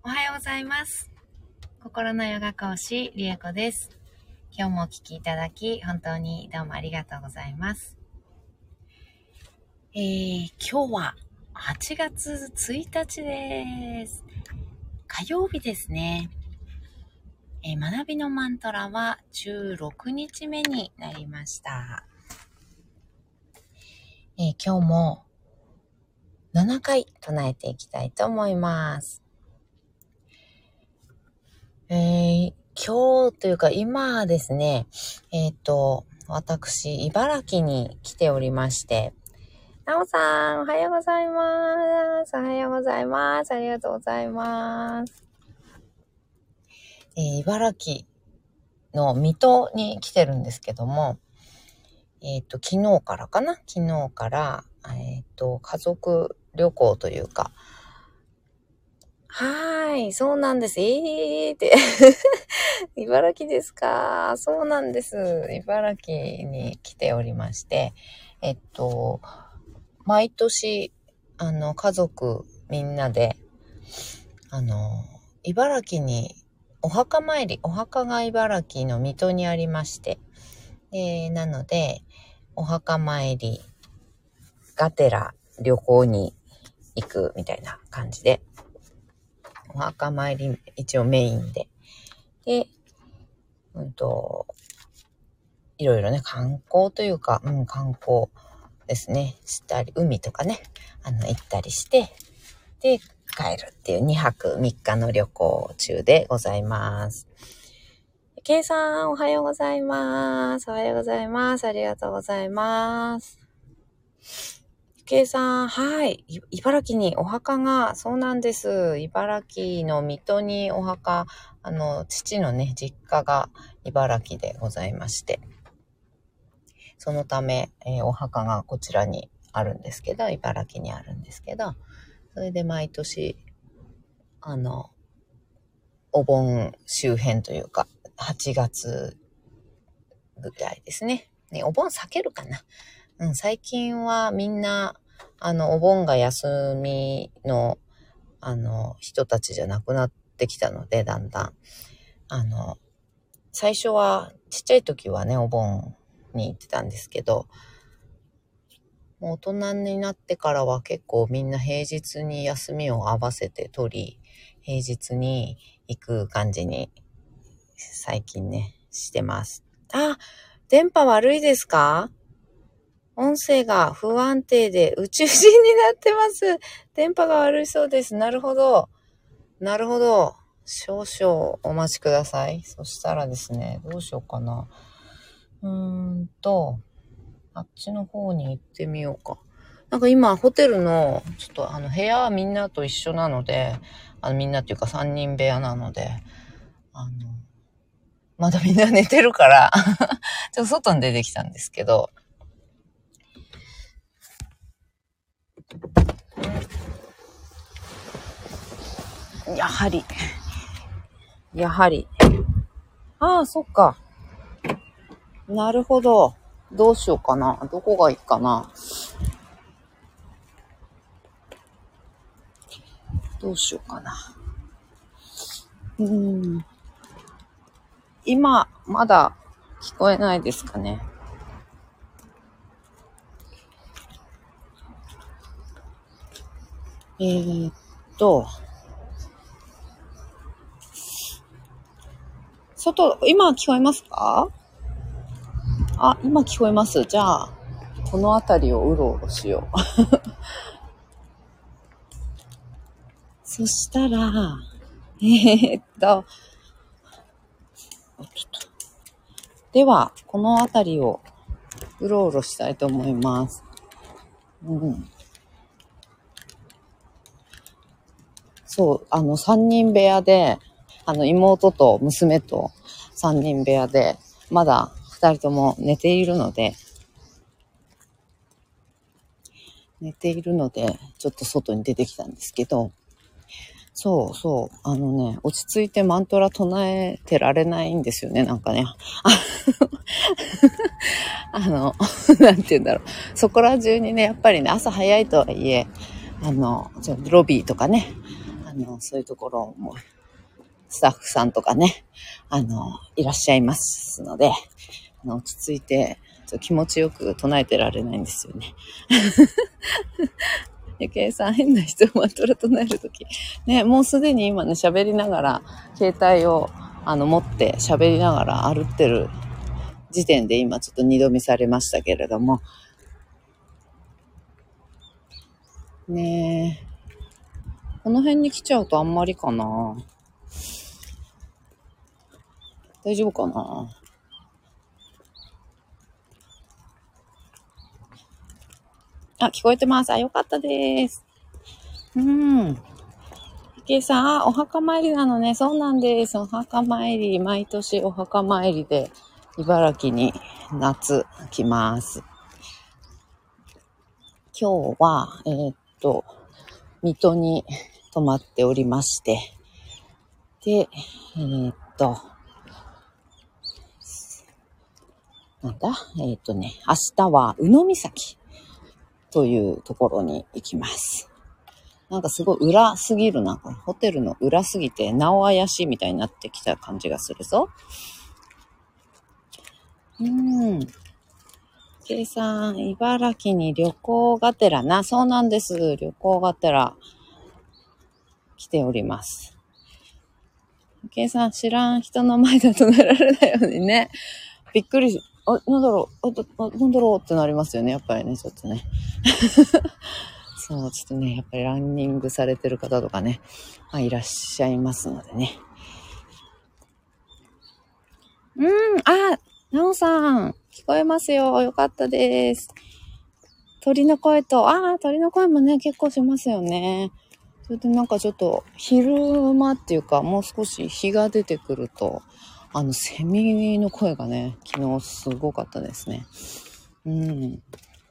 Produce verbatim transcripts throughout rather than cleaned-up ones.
おはようございます。心のヨガ講師リエコです。今日もお聞きいただき本当にどうもありがとうございます。えー、今日ははちがつついたちです。火曜日ですね。えー、学びのマントラはじゅうろくにちめになりました。えー、今日もななかい唱えていきたいと思います。えー、今日というか今ですね、えっと、私、茨城に来ておりまして、なおさん、おはようございます。おはようございます。ありがとうございます。えー、茨城の水戸に来てるんですけども、えっと、昨日からかな昨日から、えっと、家族旅行というか、はーい、そうなんです。えーって。茨城ですか？そうなんです。茨城に来ておりまして、えっと、毎年、あの、家族みんなで、あの、茨城にお墓参り、お墓が茨城の水戸にありまして、でなので、お墓参りがてら旅行に行くみたいな感じで、お墓参り一応メインで、で、うんと、いろいろね、観光というか、うん、観光ですね、したり、海とかね、あの、行ったりして、で、帰るっていうにはくみっかの旅行中でございます。ケイさん、おはようございます。おはようございます。ありがとうございます。ケイさん、はい。茨城にお墓が、そうなんです。茨城の水戸にお墓、あの、父のね、実家が茨城でございまして、そのため、えー、お墓がこちらにあるんですけど、茨城にあるんですけど、それで毎年、あの、お盆周辺というか、はちがつぐらいですね。ね、お盆避けるかな。うん、最近はみんな、あの、お盆が休みの、あの、人たちじゃなくなってきたので、だんだん。あの、最初は、ちっちゃい時はね、お盆に行ってたんですけど、もう大人になってからは結構みんな平日に休みを合わせて取り、平日に行く感じに最近ね、してます。あ、電波悪いですか？音声が不安定で宇宙人になってます。電波が悪いそうです。なるほど。なるほど。少々お待ちください。そしたらですね、どうしようかな。うーんと、あっちの方に行ってみようか。なんか今、ホテルの、ちょっとあの、部屋はみんなと一緒なので、あの、みんなっていうかさんにん部屋なので、あの、まだみんな寝てるから、ちょっと外に出てきたんですけど、やはり、やはり、ああ、そっか。なるほど。どうしようかな。どこがいいかな。どうしようかな。うーん。今、まだ聞こえないですかね。えーっと、外、今聞こえますか？あ、今聞こえます。じゃあ、この辺りをうろうろしよう。そしたら、えーっと、では、この辺りをうろうろしたいと思います。うん、そう、あの、三人部屋で、あの、妹と娘と三人部屋で、まだ二人とも寝ているので、寝ているので、ちょっと外に出てきたんですけど、そうそう、あのね、落ち着いてマントラ唱えてられないんですよね、なんかね。あの、なんて言うんだろう。そこら中にね、やっぱりね、朝早いとはいえ、あの、ロビーとかね、 あの、そういうところも、スタッフさんとかね、あの、いらっしゃいますので、あの落ち着いて、ちょっと気持ちよく唱えてられないんですよね。ゆきえさん、変な人をマントラ唱えるとき。ね、もうすでに今ね、喋りながら、携帯を、あの、持って喋りながら歩ってる時点で今ちょっと二度見されましたけれども。ねえ。この辺に来ちゃうとあんまりかな。大丈夫かな。あ、聞こえてます。あ、よかったです。うん。ゆきさん、あ、お墓参りなのね。そうなんです。お墓参り、毎年お墓参りで、茨城に夏来ます。今日は、えー、っと、水戸に泊まっておりまして、で、えー、っと、なんだえー、っとね、明日は宇野岬というところに行きます。なんかすごい裏すぎるな。ホテルの裏すぎて、なお怪しいみたいになってきた感じがするぞ。うーん。K さん、茨城に旅行がてらな。そうなんです。旅行がてら来ております。K さん、知らん人の前で唱えられないようにね。びっくりし、あ、なんだろう、あ、なんだろうってなりますよね。やっぱりね、ちょっとね。そう、ちょっとね、やっぱりランニングされてる方とかね、まあ、いらっしゃいますのでね。うーん、あ、なおさん、聞こえますよ。よかったです。鳥の声と、ああ、鳥の声もね、結構しますよね。それでなんかちょっと、昼間っていうか、もう少し日が出てくると、あの、セミの声がね、昨日すごかったですね。うん。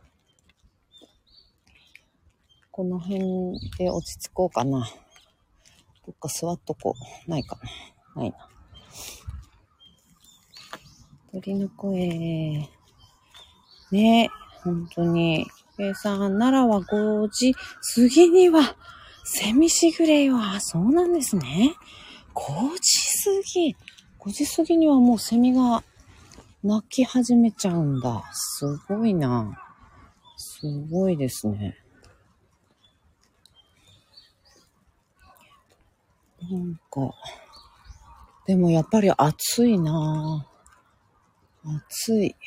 この辺で落ち着こうかな。どっか座っとこう。ないかな。ないな。鳥の声。ね、本当に。計算、奈良はごじ過ぎには、セミしぐれよ。あ、そうなんですね。ごじ過ぎ。ごじ過ぎにはもうセミが鳴き始めちゃうんだ。すごいな。すごいですね。なんか、でもやっぱり暑いな。暑い。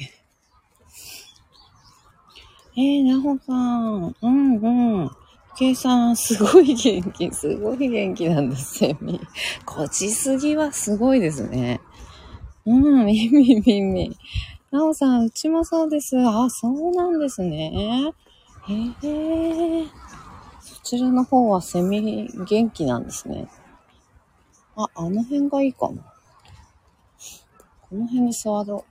えー、なほさん。うんうん。計算、すごい元気。すごい元気なんです、セミ。ごじ過ぎはすごいですね。うん、耳耳。なおさん、うちもそうです。あ、そうなんですね。へえ。そちらの方はセミ元気なんですね。あ、あの辺がいいかな。この辺に座ろ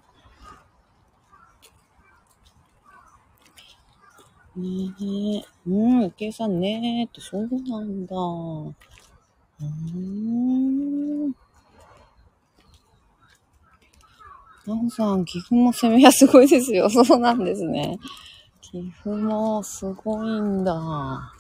う。ねえ。うん、計算ねーって、そうなんだ。うーん。なおさん、岐阜もセミはすごいですよ。そうなんですね。岐阜もすごいんだ。あ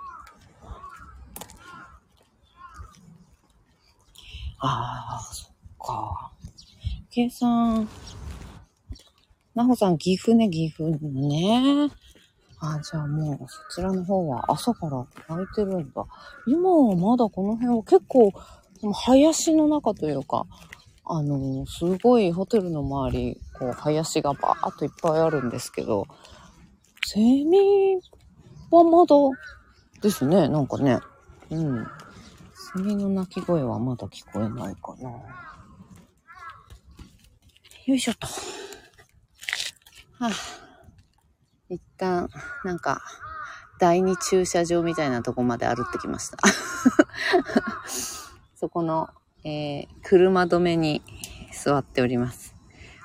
あ、そっか。計算。なほさん、岐阜ね、岐阜ね。あ、じゃあもうそちらの方は朝から空いてるんだ。今はまだこの辺は結構、林の中というか、あの、すごいホテルの周り、こう、林がバーっといっぱいあるんですけど、セミはまだですね、なんかね。うん。セミの鳴き声はまだ聞こえないかな。よいしょっと。はぁ、一旦、なんか、第二駐車場みたいなとこまで歩ってきました。そこの、えー、車止めに座っております。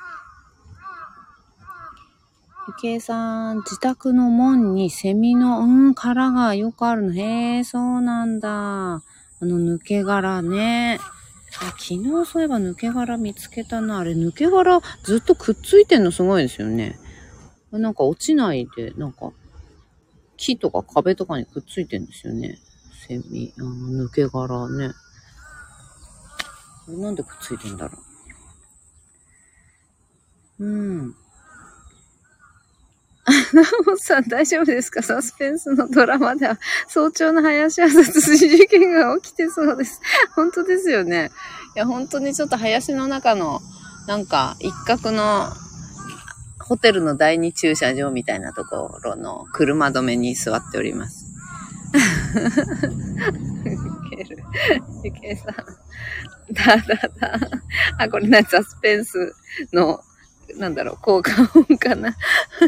ゆきえさん、自宅の門にセミの、うん、殻がよくあるの。へえ、そうなんだ。あの、抜け殻ね。あ、昨日そういえば抜け殻見つけたな。あれ、抜け殻ずっとくっついてんのすごいですよね。なんか落ちないで、なんか、木とか壁とかにくっついてんですよね。 セミ、あの抜け殻ね。これなんでくっついてんだろう。うん。なおさん大丈夫ですか？サスペンスのドラマでは早朝の林家殺人事件が起きてそうです。本当ですよね。いや、本当にちょっと林の中のなんか一角のホテルの第二駐車場みたいなところの車止めに座っております。ゆける。ゆけいさん。だだだ。あ、これね、サスペンスの、なんだろう、効果音かな。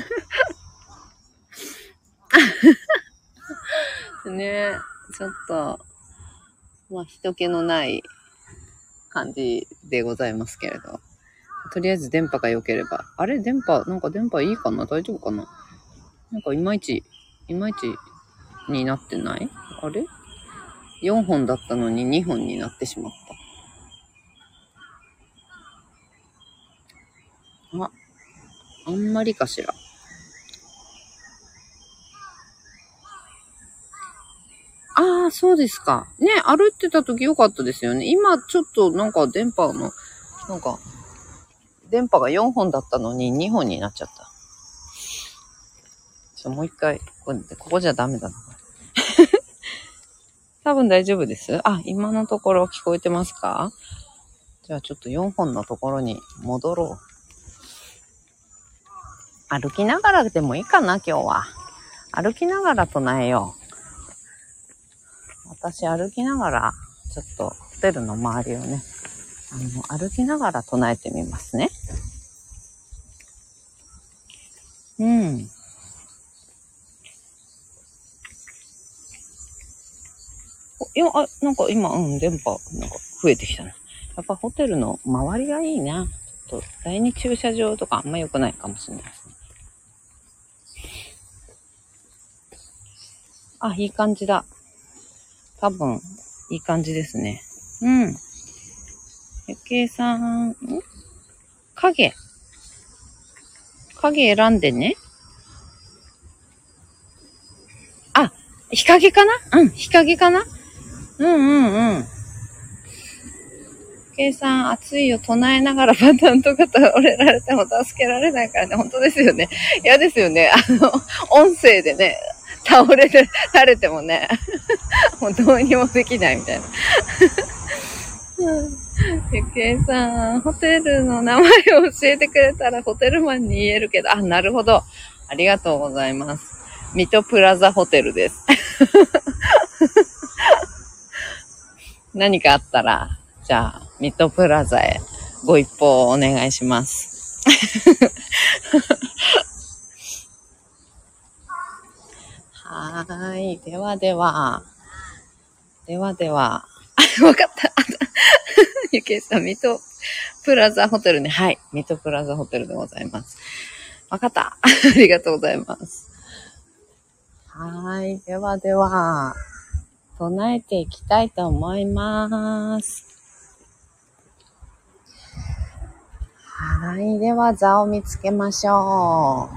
ね、ちょっと、まあ、人気のない感じでございますけれど。とりあえず電波が良ければ。あれ電波、なんか電波いいかな？大丈夫かな？なんかいまいち、いまいちになってない？あれ ?よん 本だったのににほんになってしまった。あ、あんまりかしら。ああ、そうですか。ね、歩いてた時良かったですよね。今ちょっとなんか電波の、なんか、電波がよんほんだったのににほんになっちゃった。ちょ、もう一回、ここ、ここじゃダメだな。多分大丈夫です。あ、今のところ聞こえてますか？じゃあちょっとよんほんのところに戻ろう。歩きながらでもいいかな、今日は。歩きながら唱えよう。私歩きながら、ちょっとホテルの周りをね、あの、歩きながら唱えてみますね。うん。いや、あ、なんか今、うん、電波、なんか増えてきたな。やっぱホテルの周りがいいな。ちょっと、第二駐車場とかあんま良くないかもしれないですね。あ、いい感じだ。多分、いい感じですね。うん。ゆけいさん、ん影。影選んでね。あ、日陰かな？うん、日陰かな？うんうんうん。計算暑いよ唱えながらパターンとか倒れられても助けられないからね。本当ですよね。嫌ですよね。あの、音声でね、倒れられてもね、もうどうにもできないみたいな。ゆけいさん、ホテルの名前を教えてくれたらホテルマンに言えるけど、あ、なるほど。ありがとうございます。水戸プラザホテルです。何かあったら、じゃあ、水戸プラザへご一報お願いします。はーい。ではでは。ではでは。わかった。ゆけいさん、水戸プラザホテルね。はい。水戸プラザホテルでございます。わかった。ありがとうございます。はーい。ではでは。唱えていきたいと思います。はい。では、座を見つけましょう。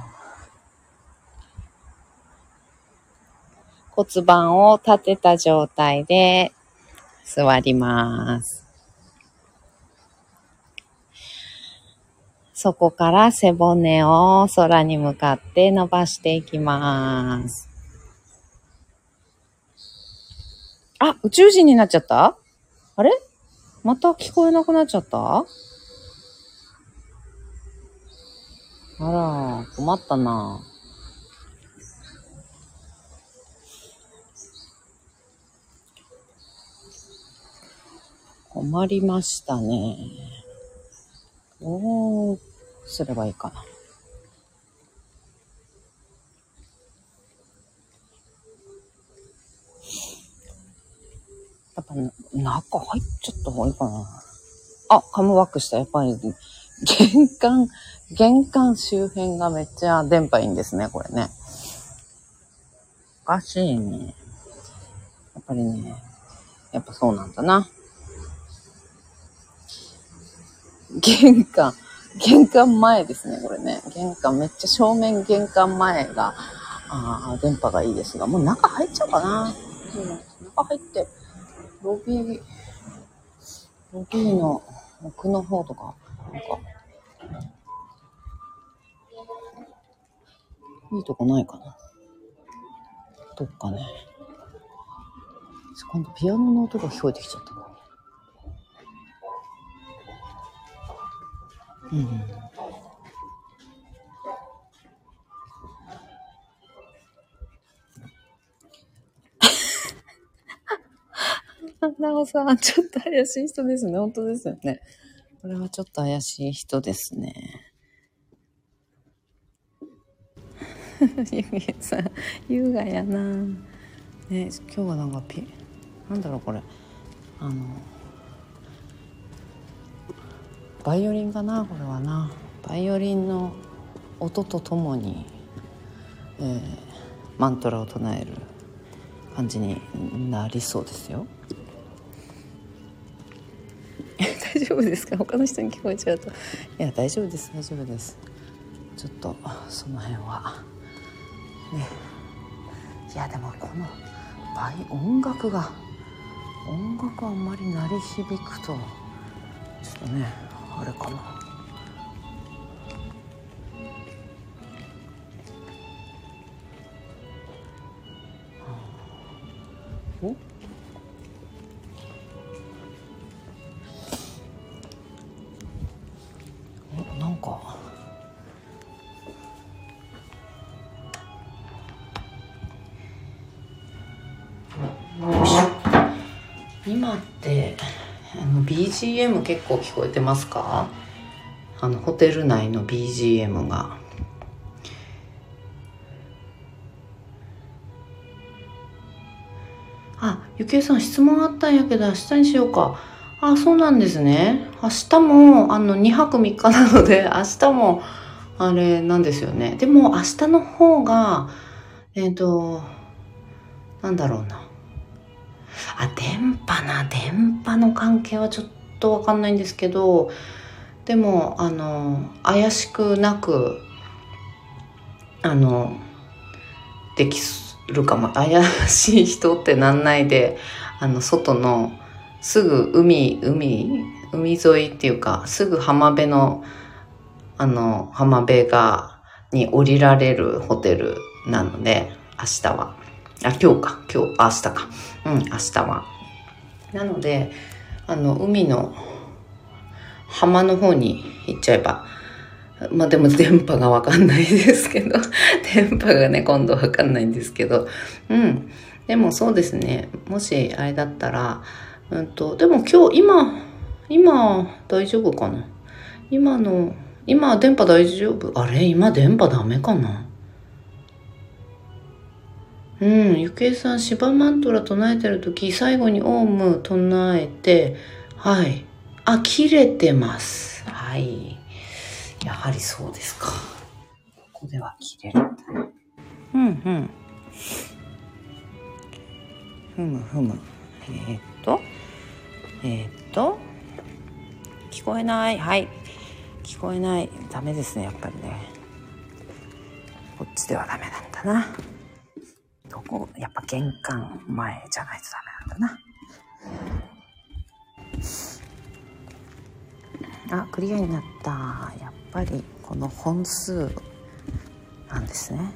骨盤を立てた状態で座ります。そこから背骨を空に向かって伸ばしていきます。あ、宇宙人になっちゃった？あれ？また聞こえなくなっちゃった？あら、困ったな。困りましたね。どうすればいいかな。やっぱ中入っちゃった方がいいかな。あ、カムバックした。やっぱり玄関、玄関周辺がめっちゃ電波いいんですね、これね。おかしいね。やっぱりね、やっぱそうなんだな。玄関、玄関前ですね、これね。玄関、めっちゃ正面玄関前が、あ電波がいいですが、もう中入っちゃうかな。 中入って、ロビー、ロビーの奥の方とか、なんか、いいとこないかな。どっかね。今度ピアノの音が聞こえてきちゃったな。うん。なおさん、ちょっと怪しい人ですね。本当ですよね。これはちょっと怪しい人ですね。ゆげさん、優雅やな。ね、今日はなんかピ、なんだろうこれ。あの、バイオリンかなこれはな。バイオリンの音とともに、えー、マントラを唱える感じになりそうですよ。大丈夫ですか？他の人に聞こえちゃうと。いや、大丈夫です、大丈夫です。ちょっとその辺はね。いやでもこのバイ音楽が音楽あんまり鳴り響くとちょっとねあれかな。お？お、なんか今ってあの ビージーエム 結構聞こえてますか？あのホテル内の ビージーエム が。あ、ゆきえさん質問あったんやけど明日にしようか。あ、そうなんですね。明日もあのにはくみっかなので明日もあれなんですよね。でも明日の方がえっとなんだろうな。あ、電波な電波の関係はちょっとわかんないんですけど、でもあの怪しくなくあのできるかも。怪しい人ってなんないで、あの外のすぐ海海海沿いっていうかすぐ浜辺のあの浜辺がに降りられるホテルなので明日はあ今日か今日明日かうん明日はなのであの海の浜の方に行っちゃえばまあでも電波がわかんないですけど電波がね今度わかんないんですけどうんでもそうですねもしあれだったらうんとでも今日今今大丈夫かな今の今電波大丈夫あれ今電波ダメかなうんゆきえさんシバマントラ唱えてるとき最後にオウム唱えてはいあ切れてますはいやはりそうですか。ここでは切れる。うんうん。ふむふむ。えー、っと、えー、っと、聞こえない。はい。聞こえない。ダメですね、やっぱりね。こっちではダメなんだな。ここ、やっぱ玄関前じゃないとダメなんだな。あ、クリアになった。やっぱりこの本数なんですね。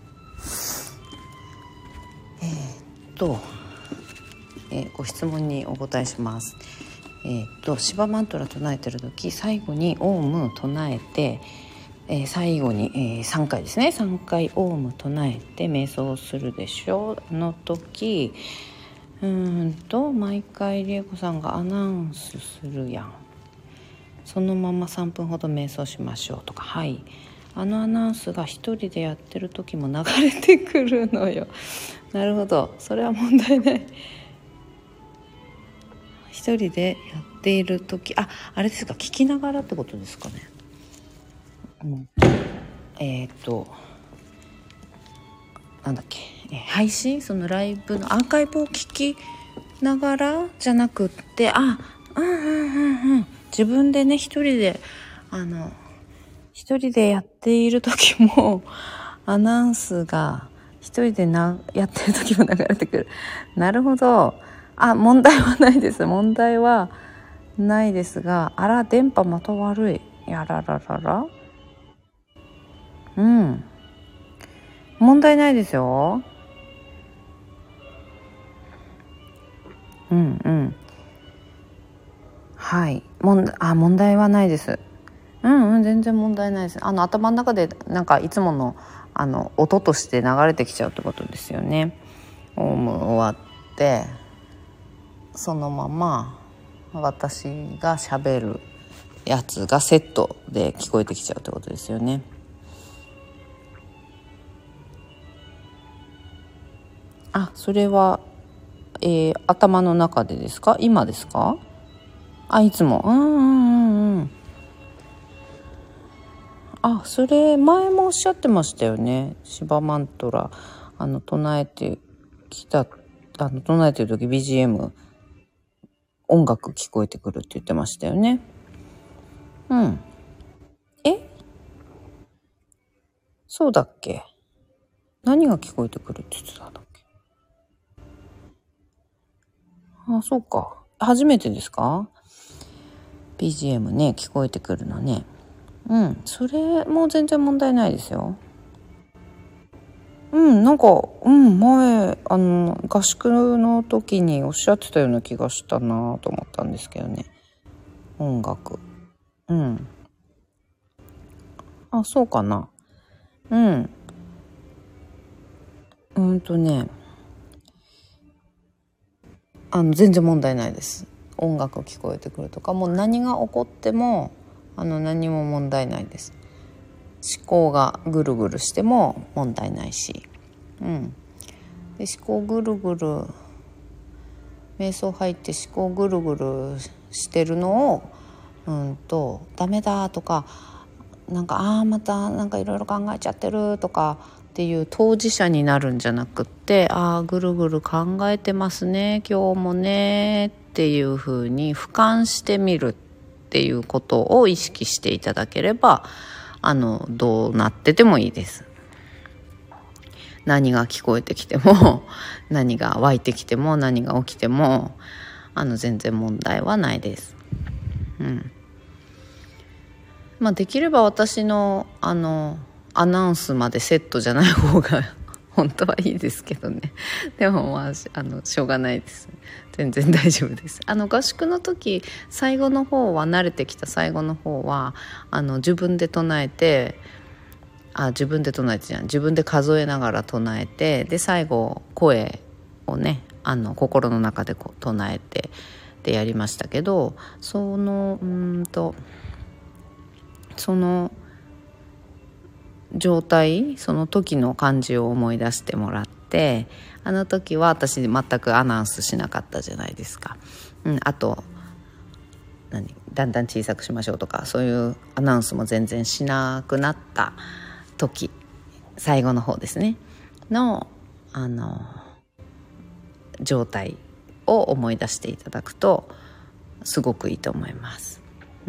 えー、っと、えー、ご質問にお答えします。えー、っとシバマントラ唱えてる時最後にオウム唱えて、えー、最後に、えー、さんかいですねさんかいオウム唱えて瞑想するでしょの時うーんと毎回りえこさんがアナウンスするやんそのままさんぷんほど瞑想しましょうとかはいあのアナウンスが一人でやってる時も流れてくるのよなるほどそれは問題ない一人でやっているとき、あ、あれですか、聞きながらってことですかね。うん、えっと、なんだっけ、え配信、そのライブのアーカイブを聞きながらじゃなくって、あ、うんうんうんうん、自分でね、一人で、あの、一人でやっているときも、アナウンスが一人でなやってる時も流れてくる。なるほど。あ、問題はないです。問題はないですが、あら、電波また悪い。やらららら。うん。問題ないですよ。うんうん。はい。問題、あ、問題はないです。うんうん、全然問題ないです。あの頭の中でなんかいつものあの音として流れてきちゃうってことですよね。オウム終わってそのまま私が喋るやつがセットで聞こえてきちゃうってことですよね。あ、それは、えー、頭の中でですか？今ですか？あ、いつも。うんうんうんうん。あ、それ前もおっしゃってましたよね。シバマントラあの唱えてきたあの唱えてる時 ビージーエム 音楽聞こえてくるって言ってましたよね。うん。え？そうだっけ？何が聞こえてくるって言ってたんだっけ？あ、そうか。初めてですか？ ビージーエム ね、聞こえてくるのね。うん、それも全然問題ないですよ。うん、なんか、うん、前、あの、合宿の時におっしゃってたような気がしたなと思ったんですけどね。音楽。うん。あ、そうかな。うん。うんとね、あの、全然問題ないです。音楽聞こえてくるとか、もう何が起こっても、あの、何も問題ないです。思考がぐるぐるしても問題ないし。うん。で、思考ぐるぐる、瞑想入って思考ぐるぐるしてるのを、うんと、ダメだとか、なんかああまたなんかいろいろ考えちゃってるとかっていう当事者になるんじゃなくって、ああぐるぐる考えてますね今日もねっていう風に俯瞰してみるっていうことを意識していただければ、あのどうなっててもいいです。何が聞こえてきても何が湧いてきても何が起きてもあの全然問題はないです。うん。まあ、できれば私のあのアナウンスまでセットじゃない方が本当はいいですけどね。でもまああのしょうがないです。全然大丈夫です。あの合宿の時最後の方は慣れてきた最後の方はあの自分で唱えてあ自分で唱えてじゃん自分で数えながら唱えて、で最後声をねあの心の中でこう唱えてでやりましたけど、そのうーんとその状態その時の感じを思い出してもらって、あの時は私全くアナウンスしなかったじゃないですか。うん、あと何だんだん小さくしましょうとかそういうアナウンスも全然しなくなった時、最後の方ですねのあの状態を思い出していただくとすごくいいと思います。うん。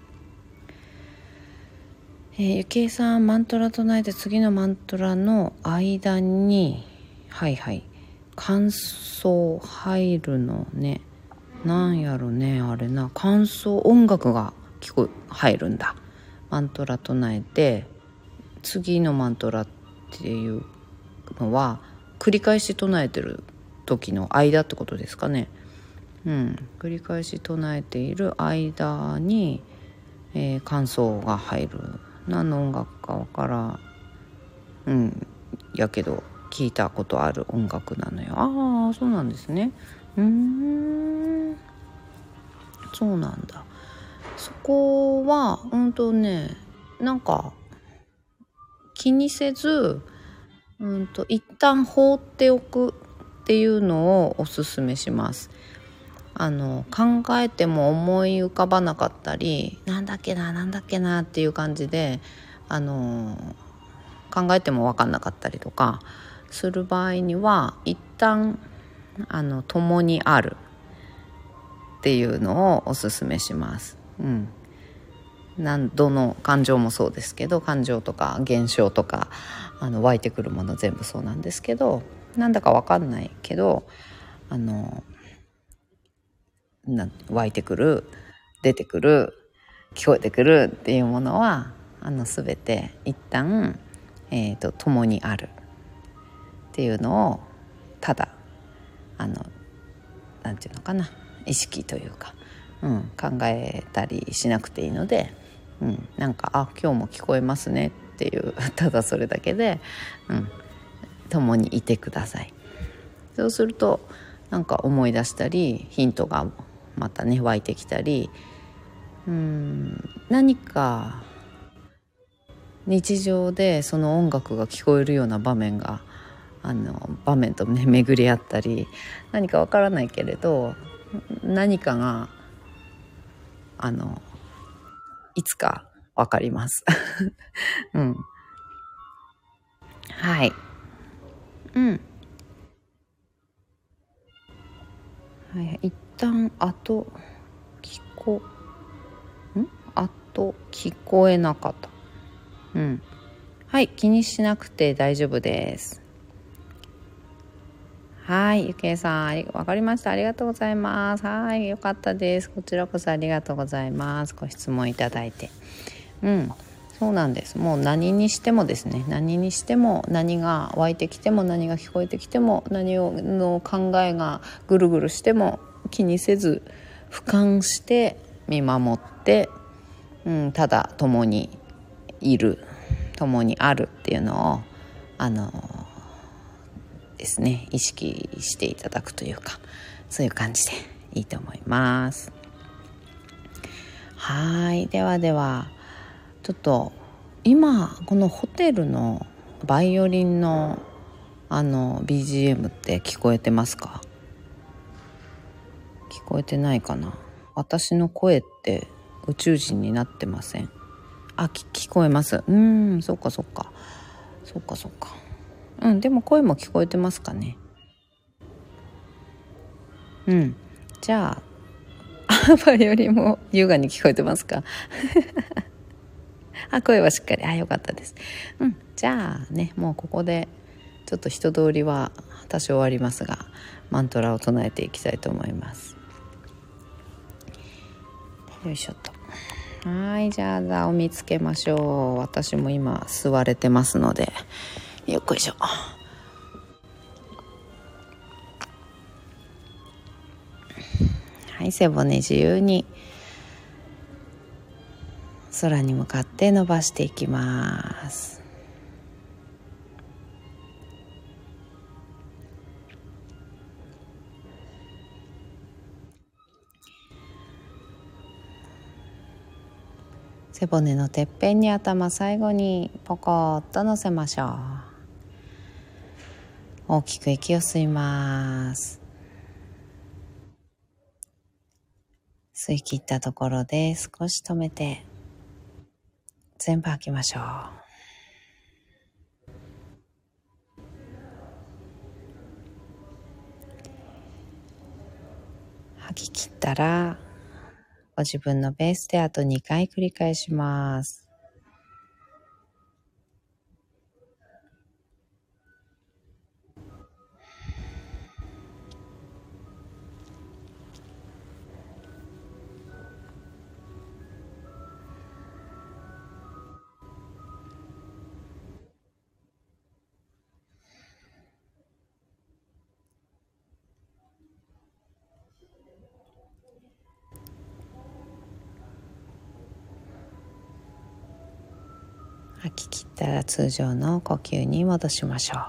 えー、ゆきえさんマントラ唱えて次のマントラの間にはいはい感想入るのね。なんやろねあれな、感想音楽が聞こえ入るんだ。マントラ唱えて次のマントラっていうのは繰り返し唱えてる時の間ってことですかね。うん、繰り返し唱えている間に、えー、感想が入る。何の音楽かわからん、うん、やけど聞いたことある音楽なのよ。ああそうなんですね。うーんそうなんだ。そこはうんとねなんか気にせずうんと一旦放っておくっていうのをおすすめします。あの考えても思い浮かばなかったりなんだっけななんだっけなっていう感じであの考えても分かんなかったりとかする場合には一旦あの共にあるっていうのをおすすめします。うん、 何度の感情もそうですけど、感情とか現象とかあの湧いてくるもの全部そうなんですけど、なんだかわかんないけどあのな湧いてくる、出てくる、聞こえてくるっていうものはあの全て一旦、えーと、共にあるっていうのをただあのなんていうのかな、意識というか、うん、考えたりしなくていいので、うん、なんかあ今日も聞こえますねっていうただそれだけで、うん、共にいてください。そうするとなんか思い出したりヒントがまたね湧いてきたり、うーん何か日常でその音楽が聞こえるような場面があの場面とね巡り合ったり、何かわからないけれど何かがあのいつかわかりますうんはいうんはい、一旦あと聞こんあと聞こえなかった。うんはい気にしなくて大丈夫です。はい、ゆけいさん、わかりました。ありがとうございます。はい、よかったです。こちらこそありがとうございます。ご質問いただいて。うん、そうなんです。もう何にしてもですね、何にしても、何が湧いてきても、何が聞こえてきても、何をの考えがぐるぐるしても気にせず、俯瞰して見守って、うん、ただ共にいる、共にあるっていうのを、あの、ですね、意識していただくというか、そういう感じでいいと思います。はい、ではではちょっと今このホテルのバイオリンのあの ビージーエム って聞こえてますか？聞こえてないかな。私の声って宇宙人になってません？あ、聞こえます。うーん、そっかそっかそっかそっか。うん、でも声も聞こえてますかね。うん、じゃあバイオリンも優雅に聞こえてますか？あ、声はしっかり。あ、よかったです。うん、じゃあね、もうここでちょっと人通りは多少ありますが、マントラを唱えていきたいと思います。よいしょと。はい、じゃあ座を見つけましょう。私も今座れてますので、よっこいしょ。はい、背骨自由に空に向かって伸ばしていきます。背骨のてっぺんに頭、最後にポコッと乗せましょう。大きく息を吸います。吸い切ったところで少し止めて全部吐きましょう。吐き切ったらご自分のペースであとにかい繰り返します。吐き切ったら通常の呼吸に戻しましょう。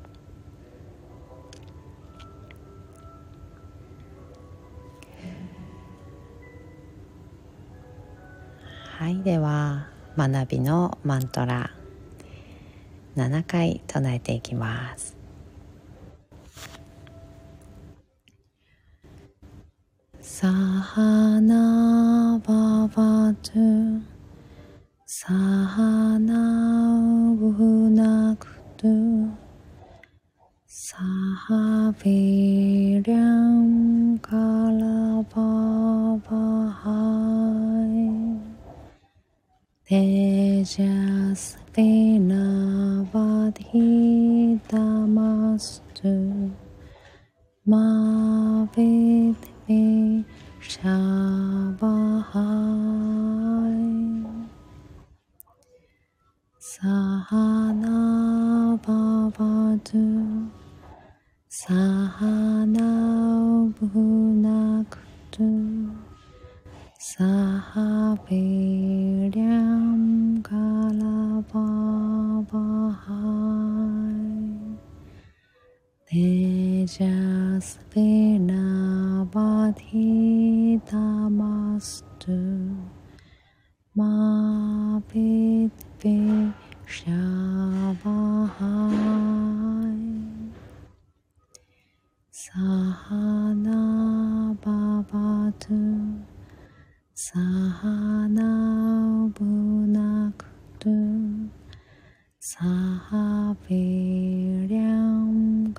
はい、では学びのマントラななかい唱えていきます。サハナババトゥサハナウブナクトゥサハビリャンカラババハイ Tejasvina vadhitamastu ma vidve shabahai Sahana bhavatu Sahana bhunaktu Sahaviryam kalavavahai Tejasvina vadhitamastu ma vidve shabahai Sahana bhavatu Sahana bhunaktu Sahaviryam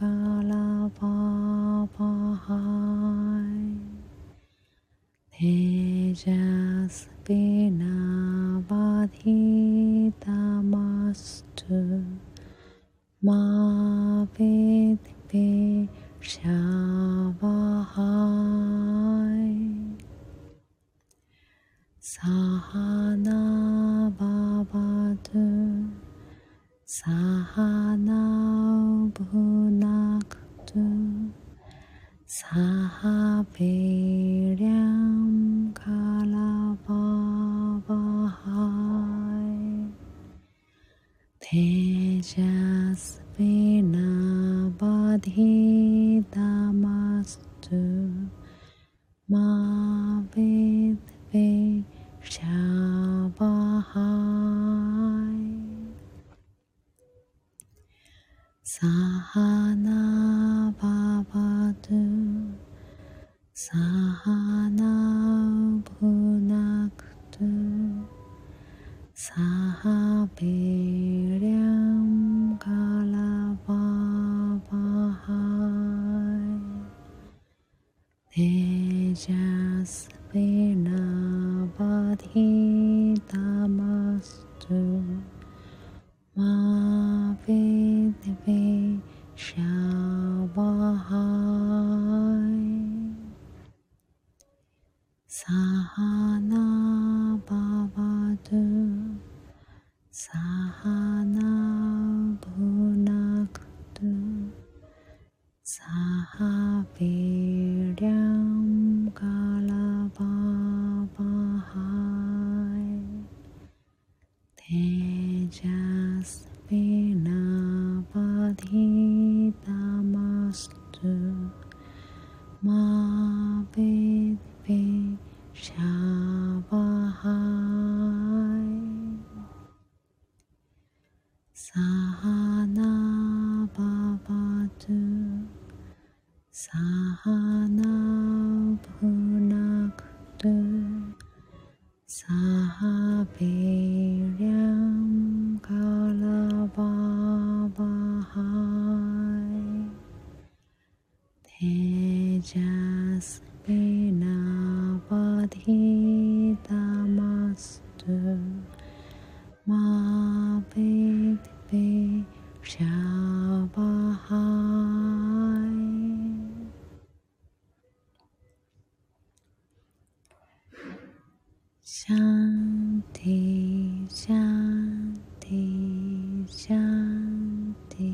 kalavavahai Tejasvina vadhitamastu ma vidve shabahai Sahana bhavatu Sahana bhunaktu Sahaviryam kalavavahai Tejasvina vadhitamastu ma vidve shabahai Sahana bhavatu Sahana bhunaktu Sahaviryam kalavavahai Tejasvina vadhitamastu ma vidve shabahai Sahana bhavatu Sahana bhunaktu Sahaviryam kalavavahai Tejasvina vadhitamastu ma vidve shabahai Sahana bhavatu Sahana bhunaktu Sahaviryam kalavavahai Tejasvina vadhitamastu ma vidve shabahai Shanti, Shanti, Shanti.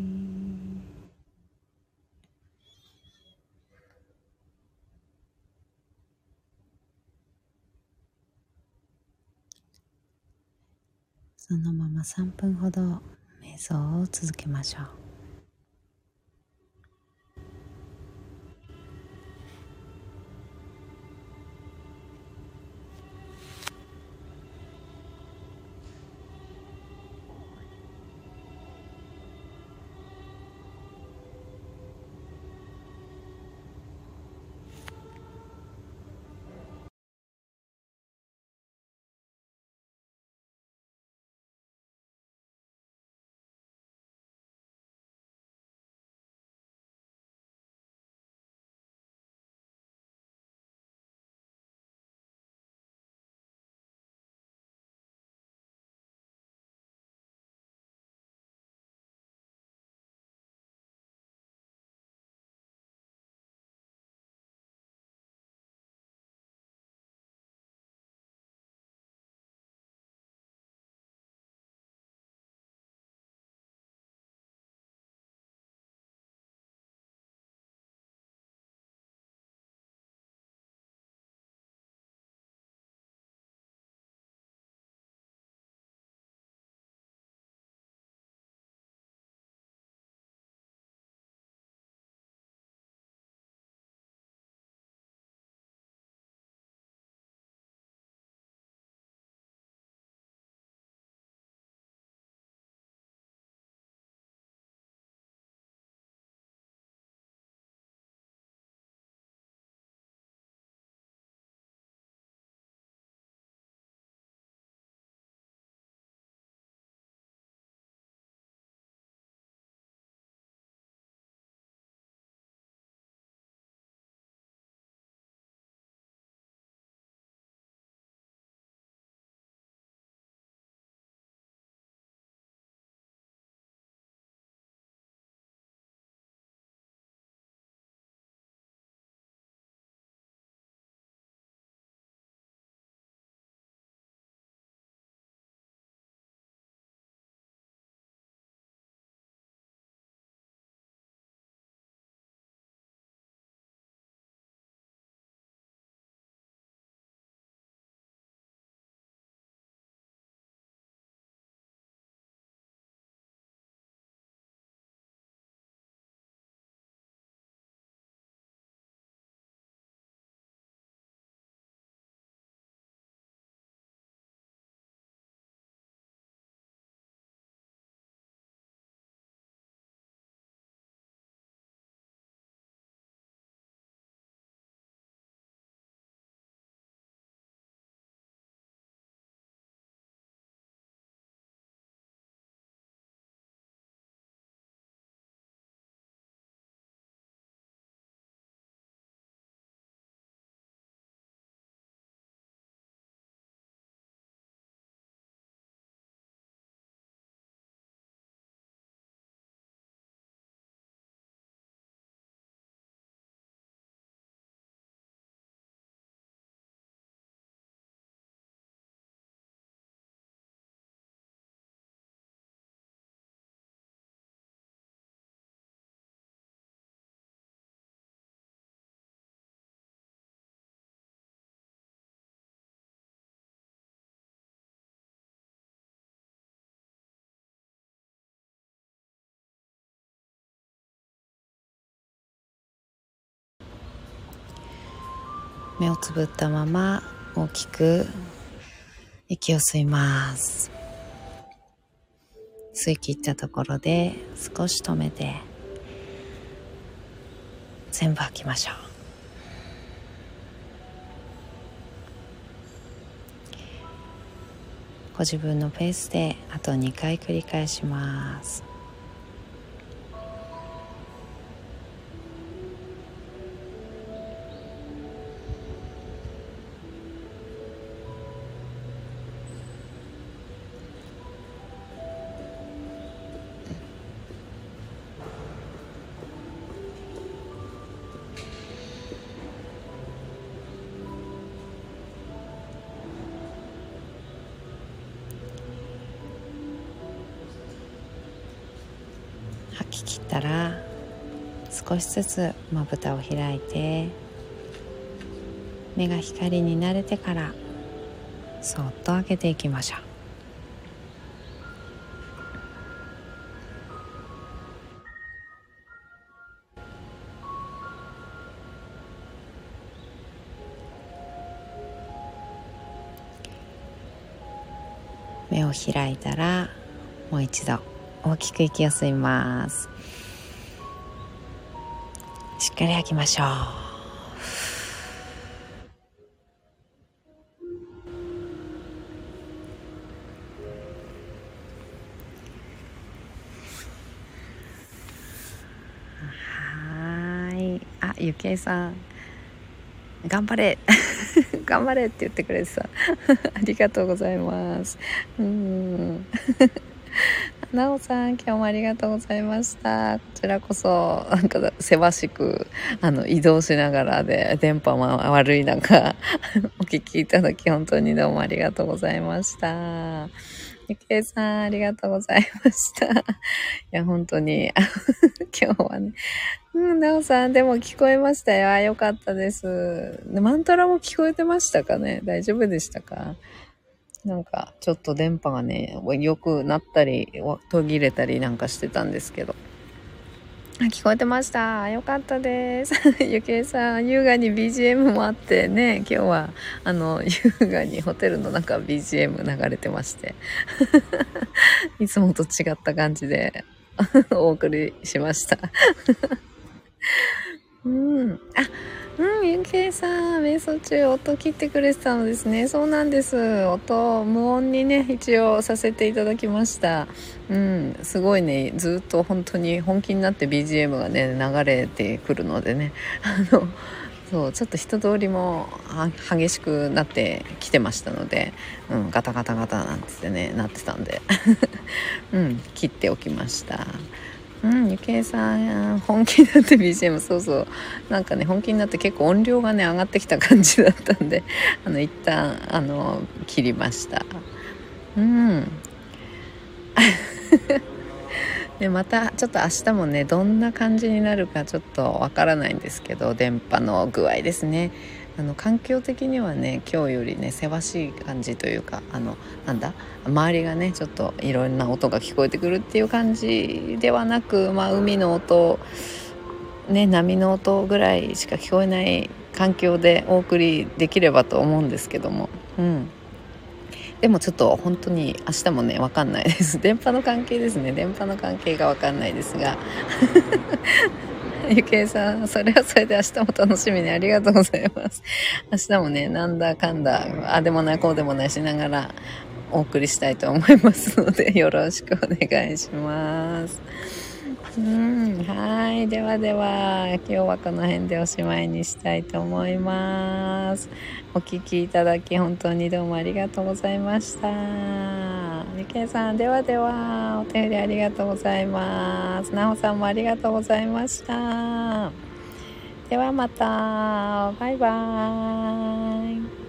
そのままさんぷんほど瞑想を続けましょう。 目をつぶったまま大きく息を吸います。吸い切ったところで少し止めて全部吐きましょう。ご自分のペースであとにかい繰り返します。吐き切ったら少しずつまぶたを開いて、目が光に慣れてからそっと開けていきましょう。目を開いたらもう一度大きく息を吸います。しっかり吐きましょう。はーい。あ、ゆけいさん頑張れ頑張れって言ってくれてさありがとうございます。うーんなおさん今日もありがとうございました。こちらこそなんかせわしくあの移動しながらで電波も悪い中お聞きいただき本当にどうもありがとうございました。ゆけいさんありがとうございました。いや本当に今日はね、うん、なおさんでも聞こえましたよ。あ、よかったです。マントラも聞こえてましたかね。大丈夫でしたか。なんかちょっと電波がね良くなったり途切れたりなんかしてたんですけど、あ、聞こえてました。よかったですゆきえさん優雅に ビージーエム もあってね、今日はあの優雅にホテルの中 ビージーエム 流れてましていつもと違った感じでお送りしましたうん、あ、うん、ゆきえさん、瞑想中音切ってくれてたのですね。そうなんです。音、無音にね、一応させていただきました。うん、すごいね、ずっと本当に本気になって ビージーエム がね、流れてくるのでね、あの、そう、ちょっと人通りも激しくなってきてましたので、うん、ガタガタガタなんつってね、なってたんで、うん、切っておきました。うん、ゆきえさん本気になって ビージーエム そうそうなんかね本気になって結構音量がね上がってきた感じだったんであの一旦あの切りました。うんでまたちょっと明日もねどんな感じになるかちょっとわからないんですけど、電波の具合ですね。あの環境的にはね今日よりねせわしい感じというか、あのなんだ周りがねちょっといろんな音が聞こえてくるっていう感じではなく、まあ海の音ね波の音ぐらいしか聞こえない環境でお送りできればと思うんですけども、うんでもちょっと本当に明日もね分かんないです電波の関係ですね電波の関係が分かんないですがゆきえさんそれはそれで明日も楽しみにありがとうございます。明日もねなんだかんだあでもないこうでもないしながらお送りしたいと思いますのでよろしくお願いします。うんはいではでは今日はこの辺でおしまいにしたいと思います。お聞きいただき本当にどうもありがとうございました。ゆきえさんではではお手振りありがとうございます。なおさんもありがとうございました。ではまたバイバーイ。